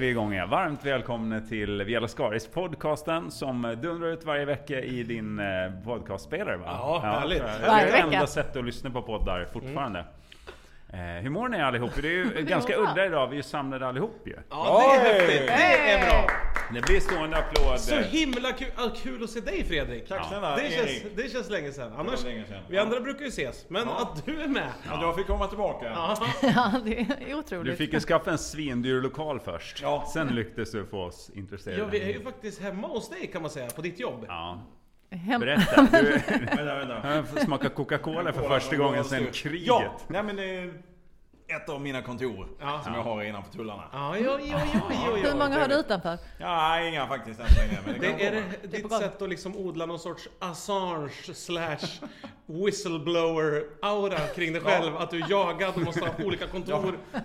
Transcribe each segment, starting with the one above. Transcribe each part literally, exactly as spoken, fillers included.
vi igång igen. Varmt välkomna till Via Lascaris podcasten som dundrar ut varje vecka i din podcastspelare, va? Ja, härligt. Ja, det är det enda sättet att lyssna på poddar fortfarande. Mm. Eh, hur mår ni allihop? Det är ju ganska udda idag, vi är ju samlade allihop ju. Ja, det är häftigt. Det är bra. Det blir stående applåd. Så himla kul, kul att se dig, Fredrik. Tack snälla, det, känns, det känns länge sedan. Annars, länge sedan. Vi andra brukar ju ses, men ja. Att du är med. Ja, jag fick komma tillbaka. Ja, det är otroligt. Du fick ju skaffa en svindyr lokal först. Ja. Sen lyckades du få oss intresserade. Ja, vi är ju faktiskt hemma hos dig, kan man säga, på ditt jobb. Ja. Hem. Berätta, du vänta, vänta. Jag får smaka Coca-Cola för första gången sedan kriget. Ja, nej men det är ett av mina kontor ja. som jag har innanför tullarna. Ja, jo, jo, jo, jo, jo. Hur många har du utanför? Ja, inga faktiskt än så länge. Men det, det är det, det ditt sätt att liksom odla någon sorts Assange slash whistleblower-aura kring dig själv. Ja. Att du är jagad och måste ha olika kontor. Ja.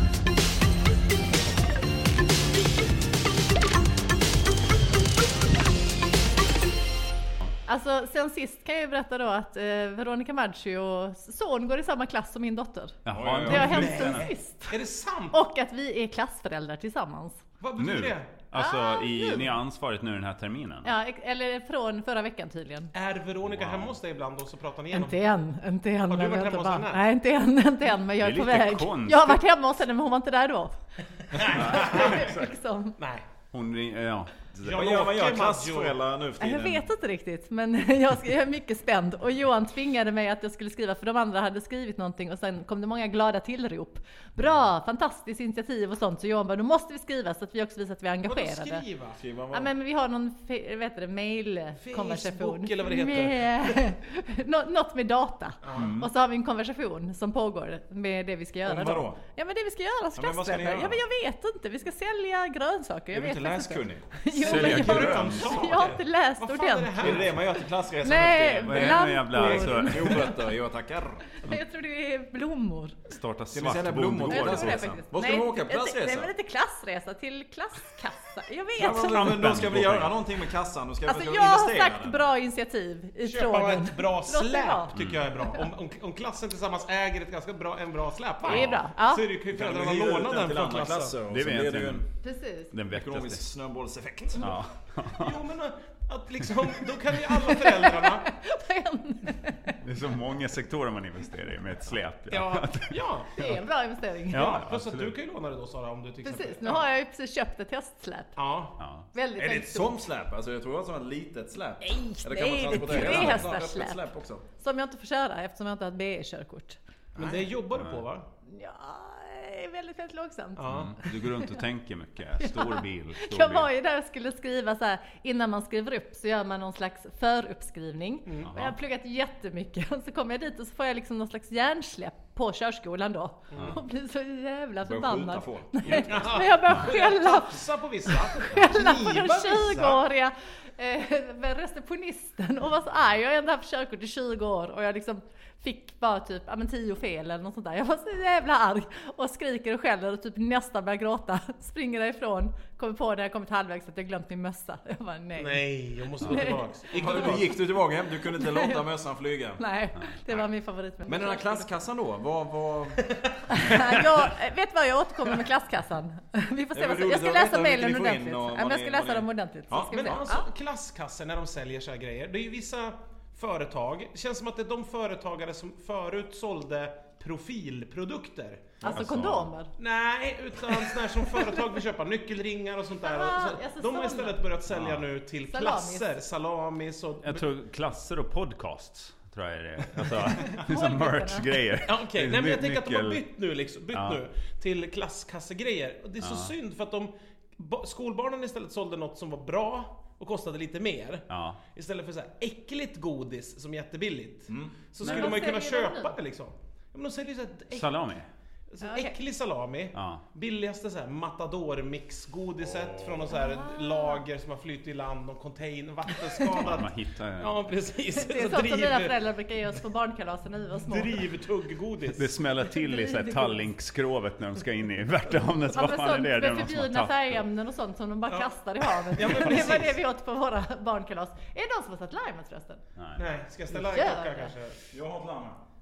Alltså, sen sist kan jag ju berätta då att eh, Veronica Maggio son går i samma klass som min dotter. Jaha, det har hänt sen sist. Är det sant? Och att vi är klassföräldrar tillsammans. Vad betyder nu? det? Alltså, ah, i, nu. ni har ansvaret nu den här terminen? Ja, eller från förra veckan tydligen. Är Veronica wow. hemma hos dig ibland och så pratar ni igenom? Inte än, inte än. Har du varit hemma hos henne? Nej, inte än, inte än, men jag är, är på lite väg. konstigt. Jag har varit hemma hos henne, men hon var inte där då. liksom. Nej. Hon, ja. Vad gör man gör klassföräldrar nu för tiden? Jag vet inte riktigt, men jag är mycket spänd. Och Johan tvingade mig att jag skulle skriva, för de andra hade skrivit någonting och sen kom det många glada tillrop. Bra, fantastiskt initiativ och sånt. Så Johan bara, då måste vi skriva så att vi också visar att vi är engagerade. Vadå skriva? Skriva vad? Ja, men vi har någon, vet du, mail-konversation. Facebook eller vad det heter. Med, nå, något med data. Mm. Och så har vi en konversation som pågår med det vi ska göra. Om vad då? Ja, men det vi ska göra. Ja, men vad ska ni göra? Ja, men jag vet inte. Vi ska sälja grönsaker. Jag är vet inte läskunnig? Jo, men jag, jag har inte läst vad ordentligt. Är det det man gör till klassresan? Nej, vad är det med jävla alltså, morötter, jag tackar. Jag tror det är blommor. Starta Ska vi sälja blommor till klassresan? Vad ska Nej, du åka på klassresa? Nej, men inte klassresa, till klasskassa. Jag vet ja, men, men då ska vi göra någonting med kassan. Då ska alltså, vi jag har investera sagt den. bra initiativ i Köpa tråden. ett bra släp tycker jag är bra. Mm. Om, om, om klassen tillsammans äger ett ganska bra, en bra släp. Det är bra. Ja. Så är det ju föräldrarna låna den från klassen. Klasser, det vet jag. Precis. Den ekonomisk snöbollseffekt. Ja. Jo, men att liksom, då kan ju alla föräldrarna... Det är så många sektorer man investerar i med ett släp. Ja, ja. Det är en bra investering. Ja, plus att du kan ju låna det då, Sara, om du tycker. Precis, nu har jag ju precis köpt ett testsläp. Ja. Ja. Väldigt är det ett stort. sånt släp? Alltså jag tror att det var ett litet släp. Nej, Eller kan nej, man det är transportera tre det? hästars Öppet släp. också. Som jag inte får köra eftersom jag inte har ett B E-körkort. Men det jobbar du på, va? Ja, det är väldigt, väldigt långsamt. Ja. Mm. Du går runt och tänker mycket. Stor bil. Stor Jag bil. var ju där och skulle skriva så här, innan man skriver upp så gör man någon slags föruppskrivning. Mm. Och jag har pluggat jättemycket. Och så kommer jag dit och så får jag liksom någon slags hjärnsläpp på körskolan då. Mm. Och blir så jävla förbannad. Nej, men jag börjar skälla, Tafsa på vissa. skälla på den Kniva vissa. tjugoåriga eh, receptionisten. Och var så arg. Jag har ändå haft körkort i tjugo år. Och jag liksom fick bara typ ja, men tio fel eller något sånt där. Jag var så jävla arg. Och skriker och skäller och typ nästan börjar gråta. Springer därifrån. Kommer på när jag kommit halvvägs att jag glömt min mössa. Jag bara nej. Nej, jag måste gå tillbaks. Gick du, tillbaka? gick du tillbaka hem? Du kunde inte låta mössan flyga. Nej, det var min favorit. Men den här klasskassan då? Vad... vad... jag vet vad, jag återkommer med klasskassan. Vi får se. Vad, jag ska läsa mejlen ordentligt. Ja, men jag ska läsa dem ordentligt. Ja, ska men vi se. alltså, klasskassor när de säljer så här grejer. Det är ju vissa företag. Det känns som att det är de företagare som förut sålde profilprodukter. Alltså, Alltså, kondomer? Nej, utan sådana här som företag vill köpa nyckelringar och sånt där. Aha, så, alltså de har såna. istället börjat sälja Ja. nu till Salamis. klasser, salamis och... Jag tror klasser och podcasts tror jag är det. Alltså, det är som merch-grejer. Ja, okej. Det är Nej, men jag my- tänker att de har mycket- bytt nu, liksom, bytt Ja. nu till klasskassegrejer. Och det är så Ja. synd för att de ba- skolbarnen istället sålde något som var bra och kostade lite mer. Ja. Istället för så här äckligt godis som är jättebilligt. Så Men skulle vad man ju kunna säljer de köpa nu? det liksom. Ja, men de säljer ju så här äck- Salami. så Ja, okej. äcklig salami. Ja. Billigaste så här Matador-mix-godiset från någon så här lager som har flyttat i land, någon container, vattenskadat. Man hittar Ja, precis. Det är sånt som mina föräldrar brukar ge oss på barnkalasen när vi var små. Driv-tugggodis. det smäller till i så här Tallink-skrovet när de ska in i Värtahamnet. Ja, Vad men fan är sånt det? Det är med någon som har förbjudna tagit det. färgämnen och sånt som de bara Ja. kastar i havet. Ja, men det var precis. det vi åt på våra barnkalas. Är det någon som har satt limet förresten? Nej. Nej, ska jag ställa en Gör klocka det. kanske? Jag har ett larm.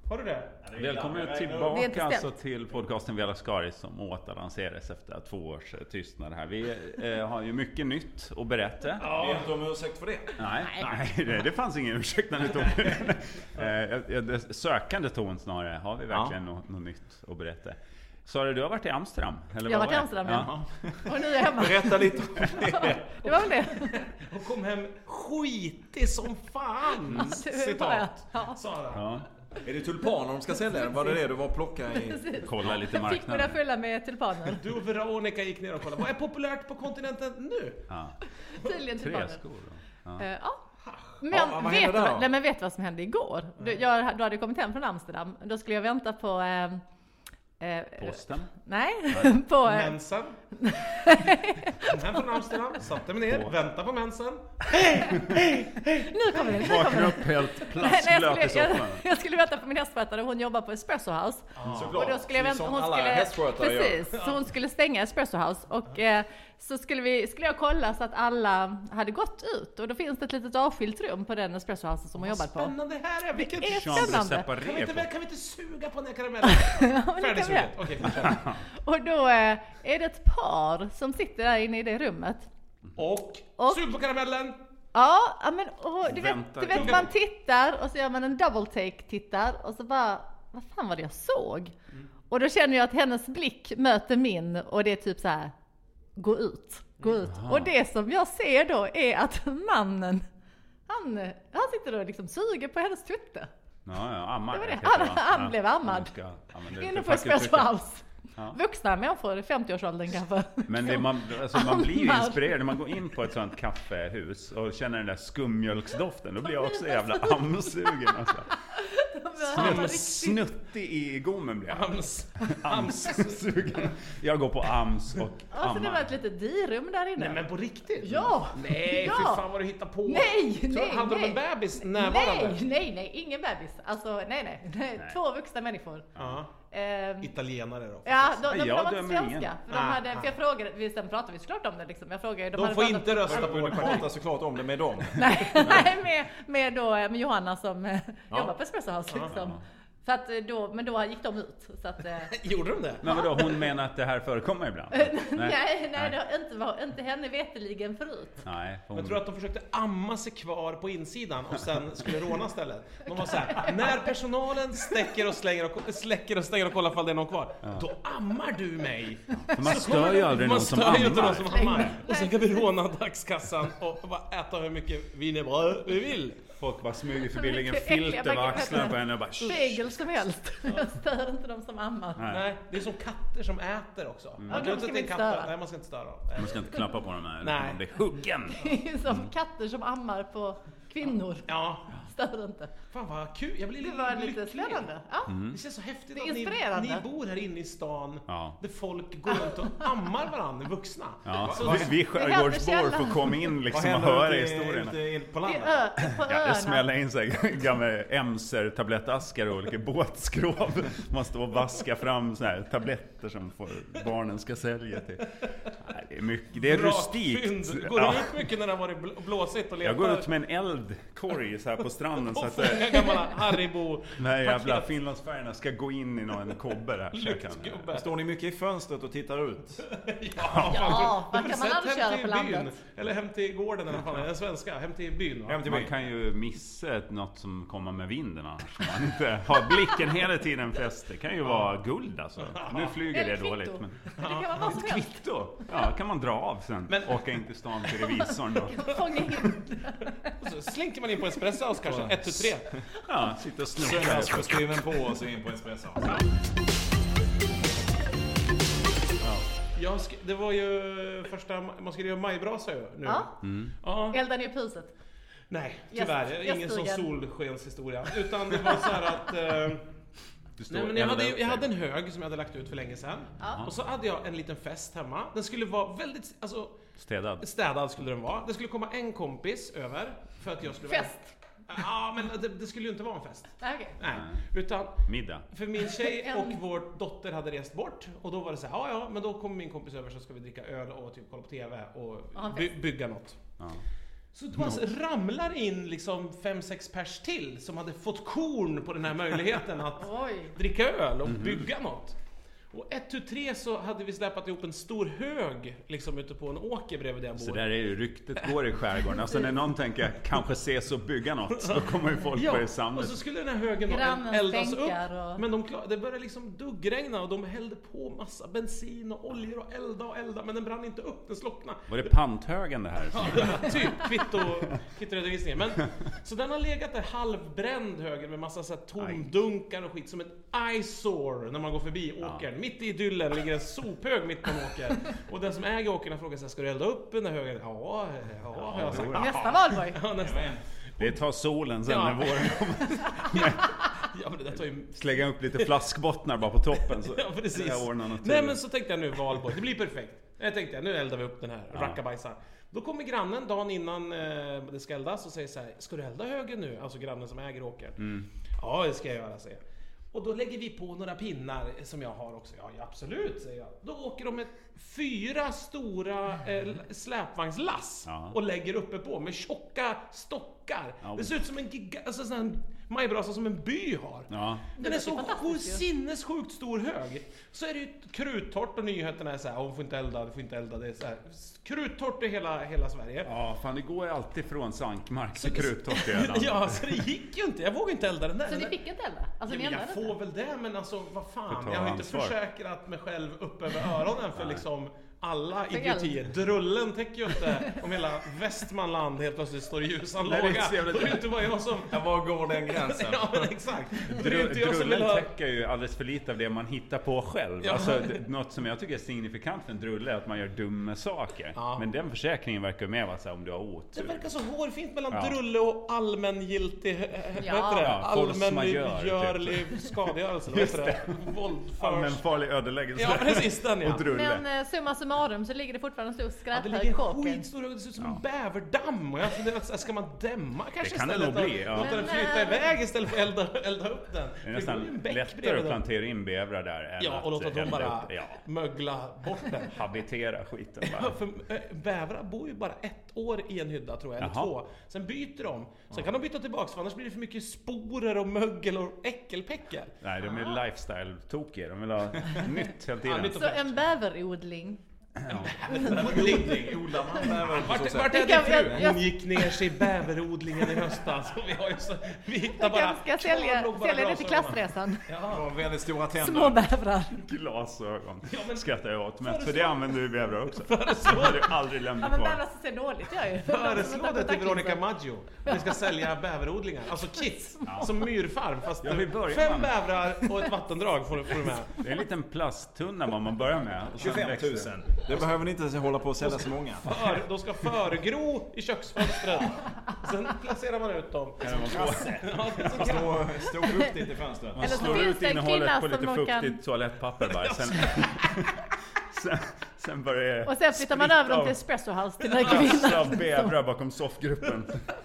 Har du det? Välkommen Det är tillbaka inte alltså ställt. till podcasten Vela Skaris som återlanseras efter två års eh, tystnad här. Vi eh, har ju mycket nytt att berätta. Ja. Vi är inte om ursäkt för det. Nej, Nej. nej det, det fanns ingen ursäkt när ni tog eh, det. Sökande ton snarare. Har vi verkligen Ja. något, något nytt att berätta? Sara, du har varit i Amsterdam? Eller Jag har vad varit i var det? Amsterdam, ja. Och nu är jag hemma. Berätta lite om det. Det var väl det. Hon kom hem skitig som fan! Ja, det var jag. Citat. Ja. Sara. Ja, Är det tulpaner de ska sälja? Var det det du var och plocka i? Precis. kolla lite Fickorna marknaden. fulla med tulpaner. Du och Veronica gick ner och kollade. Vad är populärt på kontinenten nu? Ja. Tydligen tulpaner. Träskor. Ja. Eh, Ja. Men, Ja, vad hände vet, där du, då? nej, men vet du vad som hände igår? Du, jag, du hade kommit hem från Amsterdam. Då skulle jag vänta på... Eh, eh, Posten. Nej, på... Eh, Mensen. Kom hem från Amsterdam, satte mig ner, På. vänta på mensen. nu kommer det, nu kommer Vaknar det. upp helt Nej, nej, jag, plaskblöt i skulle, jag, soffan. jag skulle vänta på min hästskötare, hon jobbar på Espresso House. Såklart. Och då skulle jag vänta, Som hon alla skulle, hästskötare gör. precis, så hon skulle stänga Espresso House och eh, så skulle, vi, skulle jag kolla så att alla hade gått ut och då finns det ett litet avskilt rum på den Espresso House som hon Vad jobbat på. spännande det här är. Vilken... Det är Chans spännande. att Kan vi, separera inte, på. kan vi inte suga på den här karamellen? Ja, men det kan vi Färdigsuget. göra. Okej, fortsätt. Och då eh, är det ett par som sitter där inne i det rummet. Och, Och- sug på karamellen. Ja, ja, men och, du, vet, Vänta. du vet man tittar och så gör man en double take tittar och så bara, vad fan var det jag såg? Och då känner jag att hennes blick möter min och det är typ så här, gå ut, gå ut. Aha. Och det som jag ser då är att mannen, han, han sitter och liksom suger på hennes tutte. Ja, ja, ammar. Det var det. heter Han- va? han Ja, blev ammad. man ska använda det Inne till på Espresso fackuttrycket. House. Ja. Vuxna människor i femtioårsåldern kanske. Men det, man, alltså, man blir ju Ammar. inspirerad när man går in på ett sånt kaffehus och känner den där skummjölksdoften. Då blir jag också jävla amsugen. Alltså. Han var Snutt, riktigt- snuttig i gommen blir jag. Ams. Amsugen. Jag går på ams och Alltså det var ammar. ett litet dirum där inne. Nej men på riktigt? Ja! Nej, Ja. fy fan vad du hittar på. Nej, Så nej, hade de nej. en bebis närvarande? Nej, nej, nej, ingen bebis. Alltså, nej, nej. nej. Två vuxna människor. Ja. Ehm, Italienare då? ja, de, de, Nej, de jag var inte dömer svenska. ingen. För, de Ah, hade, ah. för jag frågade, vi, sen pratade vi såklart om det liksom. Jag frågade, de, De hade får pratat- inte rösta på Du vårt pratar såklart om det med dem. Nej, nej med, med, då, med Johanna som eh, Ja. jobbar på Espresso House liksom. För att eh, då, men då gick de ut. Så att, eh, Gjorde de det? Men vadå, hon menar att det här förekommer ibland? nej, nej, det har inte, var, inte henne veteligen förut. Nej, hon... Jag tror att de försökte amma sig kvar på insidan och sen skulle råna stället. De var så här: när personalen stäcker och slänger och, släcker och stänger och kollar ifall det är någon kvar, då ammar du mig. För man Så stör kommer ju de- aldrig man någon som stör ju inte ammar. någon som ammar. Och sen kan vi råna dagskassan och bara äta hur mycket wienerbröd vi vill. Folk bara smyger förbi, lägger en Mycket äckliga filt över paket. axlarna på henne och bara... Spegel som helst. Jag stör inte de som ammar. Nej. Nej, det är som katter som äter också. Ja, Man de tror ska inte att vi det är inte katter. störa. Nej, man ska inte störa dem. Man ska inte klappa på dem här, Nej. man blir huggen. Som katter som ammar på kvinnor. Ja, Stör inte. fan vad kul. Jag blir Det lite var lite lycklig. spännande. Ja. Det känns så häftigt Det är att ni, inspirerande. ni bor här inne i stan Ja. där folk går runt och ammar varandra, vuxna. Ja, Så vi, vi skärgårdsbor källan. får komma in Vad liksom och händer höra ute, historierna. ute in på Det landet? är ö, på Ja, det öarna. smäller in sig gamla emser, tablettaskar och olika båtskrov. Man står och vaskar fram så här tabletter som får, barnen ska sälja till. Nej, det är mycket, det är Bra rustikt. fynd. Går Ja. du ut mycket när det har varit bl- blåsigt och letar? Jag går ut med en eldkorg så här på stranden så och att får det, en gammal Haribo. de här jävla paket. finlandsfärgerna ska gå in i någon kobbe där. Så jag kan, Luktgubbe. Står ni mycket i fönstret och tittar ut? Ja, Ja, fan. vad kan man Sätt aldrig hem köra till på byn. landet? Eller hem till gården eller vad fan är det? Svenska. Hem till byn va? Hem till man byn. kan ju missa ett- något som kommer med vinden annars. Om man inte har blicken hela tiden fäst. Det kan ju vara guld alltså. Nu flyger det Eller kvitto. dåligt. Men... Det kan vara vad som Ett helst. kvitto! Ja, kan man dra av sen. Men- Åka in till stan till revisorn då. Fånga in. Och så slinker man in på Espresso House kanske, ett till tre. Ja, sitta och snucka. Söndagskostymen på och så in på espresso. Jag sk- det var ju första, man skulle göra majbrasa ju nu. Ja. Ja. Elda ner huset. Nej, Gäst- tyvärr. Ingen sån gäststugan. solskenshistoria. Utan det var så här att... Eh, Du står nej, men jag, och hade, eldar jag upp hade en dig. hög som jag hade lagt ut för länge sedan. Ja. Och så hade jag en liten fest hemma. Den skulle vara väldigt... Alltså, Städad. städad skulle den vara. Det skulle komma en kompis över för att jag skulle vara... Fest. Ja, men det, det skulle ju inte vara en fest. Nej, okej. Nej, utan Middag. för min tjej En- och vår dotter hade rest bort och då var det så här, ja ja, men då kommer min kompis över så ska vi dricka öl och typ kolla på T V och Ja, en by- fest. bygga något. Ja. Så det bara så ramlar in liksom fem, sex pers till som hade fått korn på den här möjligheten att Oj. dricka öl och bygga något. Och ett, tu, tre så hade vi släpat ihop en stor hög liksom ute på en åker bredvid där jag bor. Så där är ju ryktet går i skärgården. Alltså när någon tänker kanske ses och bygga något, så kommer ju folk Ja, börja samla. och så skulle den här högen Grannens eldas upp. bänkar och- Men de klar, det började liksom duggregna och de hällde på massa bensin och oljor och elda och elda. Men den brann inte upp, den slocknade. Var det panthögen det här? Ja, typ kvitto, kvittoredovisningen. Men, så den har legat där halvbränd högen med massa så här tomdunkar och skit som ett eyesore när man går förbi åkern. Mitt i idyllen ligger en sophög mitt på en åker. Och den som äger åkern har frågat sig, ska du elda upp den där högen? Ja, ja, har jag sagt. Nästa valborg. Ja, nästan. Det tar solen sen Ja. när våren kommer. Ja, men det där tar ju... Slänga upp lite flaskbottnar bara på toppen. Så Ja, precis. jag ordnar något Nej, till. men så tänkte jag nu, valborg, det blir perfekt. Jag tänkte, nu eldar vi upp den här Ja. rackabajsaren. Då kommer grannen dagen innan eh, det ska eldas och säger så här: ska du elda högen nu? Alltså grannen som äger åkern. Mm. Ja, det ska jag göra, säger jag. Och då lägger vi på några pinnar som jag har också. Ja, ja absolut, säger jag. Då åker de med fyra stora eh, släpvagnslass Ja. och lägger uppe på med tjocka stockar. Ja. Det ser ut som en giga, alltså sån här majbrasa som en by har. Ja. Den är låter så fantastiskt ju. sinnessjukt stor hög. Så är det ju kruttorrt och nyheterna är så här: "Åh, du får inte elda, du får inte elda." Det är så här kruttorrt i hela, hela Sverige. Ja, fan det går ju alltid från Sankmark till Kruttorp i landet. Ja, så det gick ju inte. Jag vågade inte elda den där. Så ni fick inte elda? Alltså Ja, ni men jag eldade får inte? väl det, men alltså vad fan. Får ta Jag har inte ansvar. försäkrat mig själv upp över öronen för liksom alla För idiotier. Drullen täcker ju inte om hela Västmanland helt plötsligt står i ljusan Nej, det är låga. så jävla- Och det är inte bara jag som... Ja, var går den gränsen? Ja, men exakt. Det är Dru- inte jag som vill Drullen ha... täcker ju alldeles för lite av det man hittar på själv. Ja. Alltså, det, något som jag tycker är signifikant för en drulle är att man gör dumma saker. Ja. Men den försäkringen verkar ju mer vara så här, om du har Det otur. verkar så hårfint mellan Ja. drulle och allmängiltig, eh, Ja. vad heter det? Ja, force majeure, Allmängörlig skadegörelse, vad heter det? Våldförs... Allmänfarlig ödeläggelse. Ja, precis den ja. Och drulle. Men eh, summa summarum så ligger det fortfarande en stor Ja, det skräphög ligger på en åkern. skitstor hög, det ser ut som en bäverdamm. Och jag funderar, så här, ska man dämma kanske Det kan det istället? nog bli, och ja. låta den Men, flytta eh, iväg istället för att elda, elda upp den. Det är Det går ju en nästan bäck lättare bredvid att den. plantera in bävrar där än Ja, och låta att dem elda bara upp det. Ja, mögla bort den. habitera skiten Ja, bara. för äh, bävrar bor ju bara ett år i en hydda tror jag, eller Jaha. två. Sen byter de. Sen kan de byta tillbaks för annars blir det för mycket sporer och mögel och äckelpäckel. Nej, de är lifestyle-tokiga. De vill ha nytt hela Ja, tiden. nytt och Så en bäverodling. Odling, odlar man bäver på så Vart, sätt? vart är Det din kan- fru? jag- jag- Hon gick ner sig i bäverodlingen i höstas. Vi, har ju så, vi hittar Jag bara... kanske ska sälja, låg bara sälja det till glasögonen. klassresan. Det var väldigt stora tänder. Små bävrar. Glasögon Ja, men- skrattar jag åt. Men för Föreslå- det använder du bävrar också. Föreslå- Det hade du aldrig Ja lämnat men kvar. bävrar som ser dåligt gör ju. Föreslå det till Veronica Maggio. Vi ska sälja bäverodlingar. Alltså kit. Som myrfarm. Fast Ja, vi börjar fem med- bävrar och ett vattendrag får, får du med. Det är en liten plasttunna vad man börjar med. Och sen tjugofem växer det. tusen. Det behöver ni inte hålla på och sälja så många. För, de ska förgro i köksfönstret. Sen placerar man ut dem. Kan det vara så? Ja, det är så krass. Stå, stå fuktigt i fönstret. Man Eller så slår finns ut det en innehållet kvinna på lite som man kan- fuktigt toalettpapper bara. Sen, sen, sen börjar det Och sen flyttar man spritta över dem av- till Espresso House till den här massor av kvinnan. bävrar bakom soffgruppen.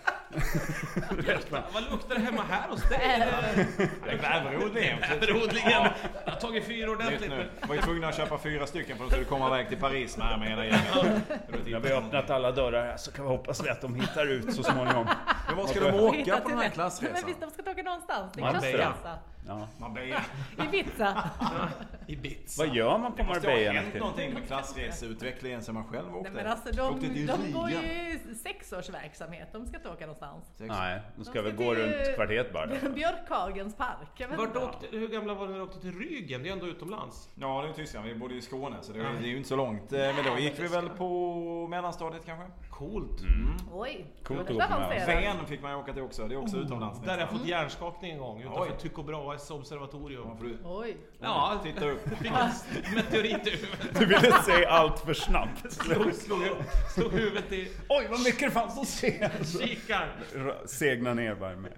Vad luktar det hemma här hos dig? Bäverodlingen. Bäverodlingen. Jag har tagit fyra Nytt ordentligt. nu. Var ju tvungna att köpa fyra stycken för att du skulle komma iväg till Paris med, med hela gänget. När vi har öppnat alla dörrar här så kan vi hoppas att de hittar ut så småningom. Men var ska de Hitta åka på till den här det. klassresan? Men visst, de ska åka någonstans. Det är Marbella. klassresa. Ja. Marbella. Ibiza. Ibiza. Vad gör man på Det måste ha Marbella? hänt någonting med klassreseutvecklingen som man själv Nej, åkte. men alltså Åkte de, till de går Riga. ju i sexårsverksamhet. De ska inte åka någonstans. Sex- Nej, de ska De väl ska gå till- runt kvarteret bara. då. Björkhagens park. Jag vet Vart inte. åkte, hur gamla var ni när ni åkte till Rügen? Det är ändå utomlands. Ja, det är Tyskland. Vi bodde i Skåne så det, är- det är ju inte så långt. Eh, Men då gick vi väl på mellanstadiet kanske? Coolt. Oj, Coolt roligt att gå på avancerat. Ven fick man ju åka till också. Det är också utomlands. Där har jag nästan. fått hjärnskakning en gång utanför Oj. Tycho Brahes observatorium. Ja, för du- Oj. Ja, Titta upp. fick en meteorit i huvudet. Du ville säga allt för snabbt. Slog, slog, slog huvudet i Oj, vad mycket det fanns att se! kikaren. Segna ner bara med.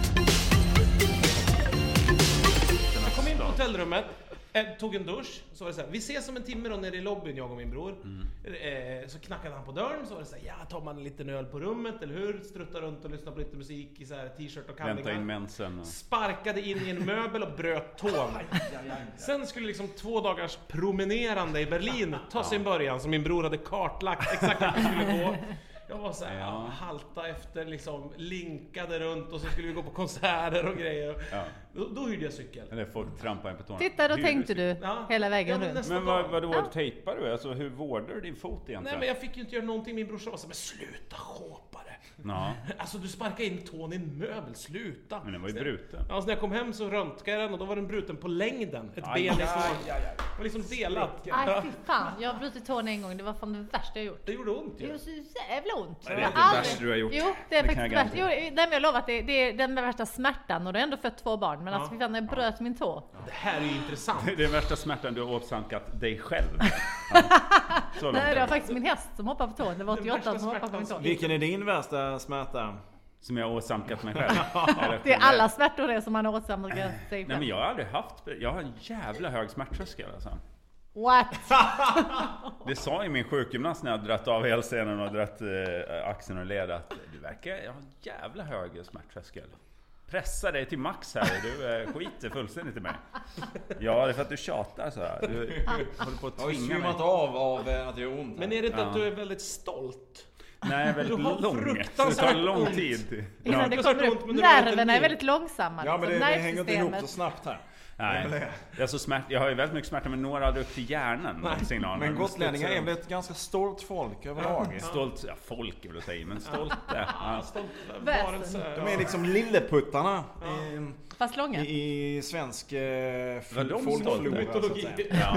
Jag kom in på hotellrummet, eh, tog en dusch, så var det så här: vi ses om en timme då nere i lobbyn, jag och min bror. Eh, så knackade han på dörren, så var det så här: ja, tar man en liten öl på rummet, eller hur? Struttar runt och lyssnar på lite musik i så här t-shirt och Vänta in kallingar. mensen. Och... Sparkade in i en möbel och bröt tån. Sen skulle liksom två dagars promenerande i Berlin ta sin början, som min bror hade kartlagt exakt hur det skulle gå. Jag var så här, Ja. halta efter, liksom linkade runt och så skulle vi gå på konserter och grejer. Ja. Då, då hyrde jag cykel. Eller folk trampar en på tårna. Titta, då Hur tänkte cykel? du Ja. hela vägen Ja, men runt. nästa Men dag. vad, vadå, Ja. tejpar du? Alltså hur vårdar du din fot egentligen? Nej, men jag fick ju inte göra någonting. Min brorsa var så här, men sluta shoppa det. Ja, Alltså du sparkar in tån i en möbel, sluta. men den var ju Så jag- bruten. Ja, så när jag kom hem så röntgade jag den och då var den bruten på längden. Ett Aj, ben aj, ifrån. aj, aj. Det var liksom delat. Aj fy fan, jag har brutit tån en gång. Det var fan det värsta jag gjort. Det gjorde ont Det ju. var så jävla ont. Det är Jag inte har det aldrig- värsta du har gjort. Jo, det är Det kan faktiskt jag värst. Jo, nej, men jag lovar att det, det är den värsta smärtan och du har ändå fött två barn. Men Ja. alltså fy fan, när jag bröt min tå. Det här är ju intressant. Det är den värsta smärtan du har åsamkat dig själv. Ja. Så långt. Nej, det var faktiskt min häst som hoppade på tån. Det var Den åttioåtta värsta som hoppade på min smärtan tå. Vilken är din värsta smärta? Som jag har åsamkat mig själv. Eller Det är alla smärtor det som man har åtsamkat sig Nej, men själv. jag har aldrig haft... Jag har en jävla hög smärttröskel alltså. What? Det sa ju min sjukgymnast när jag dratt av hälsenan och dratt eh, axeln och led att du verkar ha en jävla hög smärttröskel. Pressa dig till max här, du eh, skiter fullständigt i mig. Ja, det är för att du tjatar så här. Du, du håller på att Jag har ju tvinga mig. svimmat av av eh, att det gör ont. Men är det inte Ja. att du är väldigt stolt? Nej, väldigt Du har lång. Så det tar fruktansvärt lång ont. tid. Innan Ja. det Jag har kommer ont, upp. men det var inte Nerverna är liv. väldigt långsamma. Ja, men det, liksom. det hänger inte ihop Nervsystemet. så snabbt här. Nej, jag, är så smärt, jag har ju väldigt mycket smärta men några aldrig upp till hjärnan. Signalen. Men gotlänningar är väl ett ganska stolt folk överlag. Stolt, ja folk vill jag säga, men stolt ja. Ja, stolt Väsen. varelse. De är liksom lilleputtarna i, Fast långa. i, i svensk eh, Vad de folkflora, stolta? så att Mytologi. säga. Ja,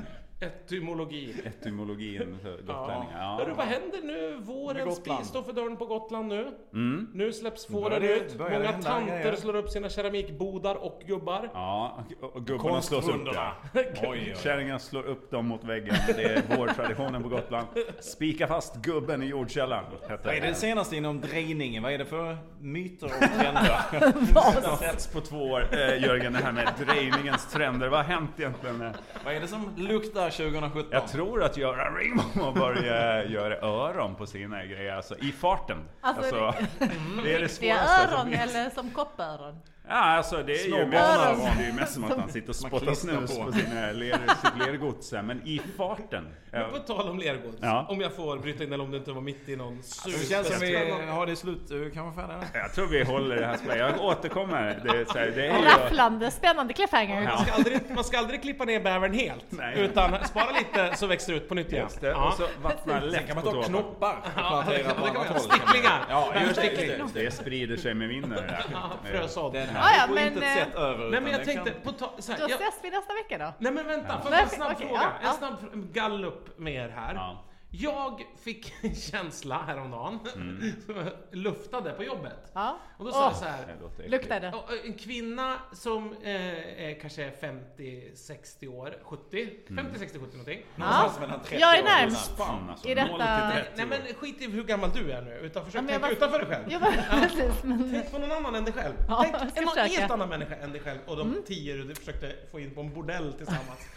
Etymologi. etymologin för gotlänningar. Ja. Hörru, vad händer nu? Med Vårens Gotland. bi står för dörren på Gotland nu. Mm. Nu släpps börjar fåren det- ut. börjar det Många hända tanter grejer. slår upp sina keramikbodar och gubbar. Ja, och- och gubbarna slås upp ja. Oj, oj. Kärringarna slår upp dem mot väggen. Det är vår traditionen på Gotland. Spika fast gubben i jordkällaren. Vad är det senaste inom drejningen? Vad är det för myter och trender? Det har setts på två år, eh, Jörgen, det här med drejningens trender. Vad har hänt egentligen? Vad är det som luktar tjugohundrasjutton? Jag tror att Göran Ringbo börjar göra öron på sina grejer, alltså i farten. Alltså, Alltså, det är det Riktiga svåraste som öron finns. eller som koppöron? Ja, alltså det är ju Små mest, barnöron. det är ju mest som att han sitter och Man spottar klistrar snus på. på sina ler, sitt lergods. Men i farten. Men på tal om lergods, Ja. om jag får bryta in eller om det inte var mitt i någon Det känns som vi superspännande- har det slut. Vi kan vara färdiga. Jag tror vi håller det här spelet. Jag återkommer. Det är, så här, det är ju... Rafflande, spännande cliffhanger. Man ska, aldrig, man ska aldrig klippa ner bävern helt, Nej. utan spara lite så växer det ut på nytt igen. Just det. Ja. Och så vattnar Sen lätt kan man på ta tårtan. knoppar och Ja, det plantera kan på man annat göra. håll. Sticklingar. Ja, just det. Stickling. Just det. Det sprider sig med vinden. det där. Frösådd. Den Ja, här ja, går men, inte eh, ett sätt över. Nej utan men jag det tänkte, kan- på ta, så här, Då jag, ses vi nästa vecka då. nej men vänta, får Nej, jag en snabb okej, fråga? ja, ja. En snabb gallup med er här. Ja. Jag fick en känsla häromdagen, som jag luftade på jobbet. Ja. Och då sa Åh, jag så här. Det låter äckligt. luktar det? Och en kvinna som eh, är kanske femtio sextio år, sjuttio, femtio sextio sjuttio någonting. Någonstans mellan trettio Jag är och närmst. Fan, alltså, I detta- noll till trettio Nej men skit i hur gammal du är nu, utan försök Ja, men jag tänka bara- utanför dig själv. Jo, men precis. Men... Tänk på någon annan än dig själv. Ja, Tänk jag ska en någon försöka. helt annan människa än dig själv och de tio du försökte få in på en bordell tillsammans.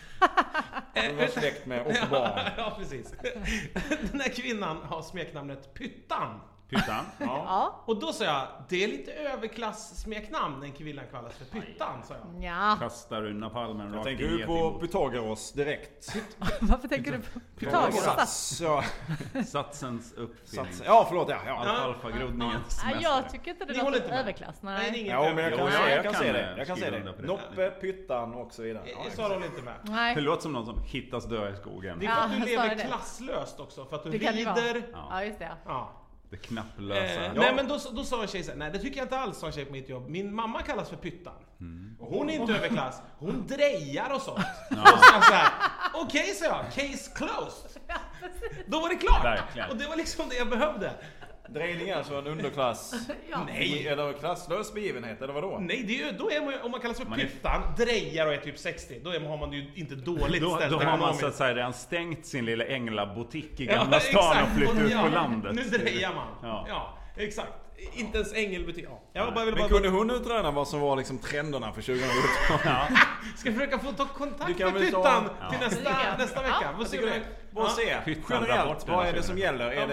Du var släkt med och barn. Ja, precis. Den här kvinnan har smeknamnet Pyttan. Pyttan. Ja. Ja. Och då sa jag, det är lite överklass-smeknamn en kvinna kallas för Pyttan, sa jag. Ja. Kastar du napalmen Jag rakt tänker i ju på getingbo. Pythagoras direkt. Varför tänker du på Pythagoras? Sats, ja. Satsens uppfinning. Sats. Ja, förlåt. Ja, ja. Alfalfa-groddningens Nej, jag tycker inte det Ni håller låter inte med? överklass. Nej, det är Nej. ingen Ja, men jag kan, Jo, se, jag jag kan kan, se eh, det. Jag kan se skriva det. under på det. Noppe, Pyttan och så vidare. Ja, Eh, Sara håller inte med. Det Nej. låter som någon som hittas död i skogen. Det är för att Ja, du jag sa lever det. klasslöst också, för att du Det kan det vara. rider. Ja, just det. Ja. Det knapplösa. Eh, Nej men då, då sa en tjej så här, nej det tycker jag inte alls, sa en tjej på mitt jobb. Min mamma kallas för Pyttan. Och hon är inte överklass, hon drejar och sånt. Då sa jag så här, okej sa jag, case closed. Då var det klart. Verkligen. Och det var liksom det jag behövde. Drejning är alltså en underklass. Ja. Nej. Eller klasslös begivenhet, eller vadå? Nej, det är ju, då är man ju, om man kallas för Man är- Pyttan, drejar och är typ sextio, då är man, har man ju inte dåligt Då, ställt då har man ekonomiskt. så att säga redan stängt sin lilla änglabutik i Ja, Gamla stan exakt. och flyttat ut ja, på landet. Nu drejar man. Ja. Ja, exakt. Inte ens ängelbutik. Ja. Jag bara ville Men bara... kunde hon utröna vad som var liksom trenderna för tjugohundrasjutton? Ja. Ska försöka få ta kontakt Du kan med väl ta- Pyttan Ja. till nästa, Ja. nästa vecka. Ja. Får Jag se tycker om det. jag- Bara Ja. se. Pyttan Generellt, rapporten vad är och det så som vidare. gäller? Är det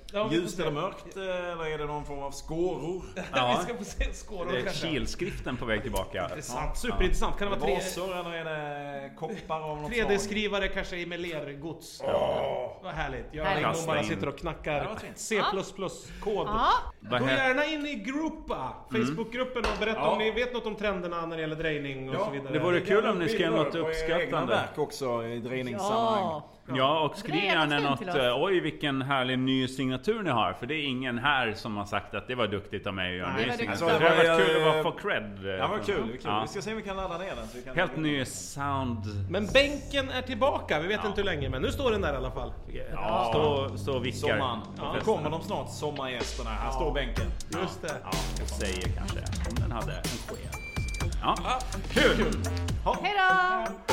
Ja, vi får Ljust se. eller mörkt? Eller är det någon form av skåror? Ja. Vi ska få se skåror Det är kanske. kilskriften på väg tillbaka. Intressant, superintressant. Kan det vara tre... Vasor eller är det koppar av något tre slag? D-skrivare kanske i med lergods. Oh, vad härligt. Jag Härligt. Ringblom bara Kasta in. sitter och knackar var fint. C plus plus-kod. Ja. Vad Gå he- gärna in i Gruppa, Facebookgruppen, och berätta Ja. om ni vet något om trenderna när det gäller drejning och Ja, så vidare. det vore kul om ni skrev något Egna uppskattande. verk också i drejningssammanhang. Ja. Ja, och skriv Det är gärna jättefint något, till oss. eh, oj vilken härlig ny signatur ni har. För det är ingen här som har sagt att det var duktigt av mig att göra en Nej, ny det var signatur. duktigt. Det hade varit kul Eh, att bara få cred. eh, Ja, vad kul. Det är kul. Ja. Vi ska se om vi kan ladda ner den. Så vi kan Helt ny sound. Men bänken är tillbaka, vi vet Ja. inte hur länge, men nu står den där i alla fall. Ja, stå, stå och vickar. Sommaren. på Ja, festerna. kommer de snart, sommargästerna. Här står bänken. Just det. Ja, jag säger kanske om den hade en sked. Ja, kul! Hej då!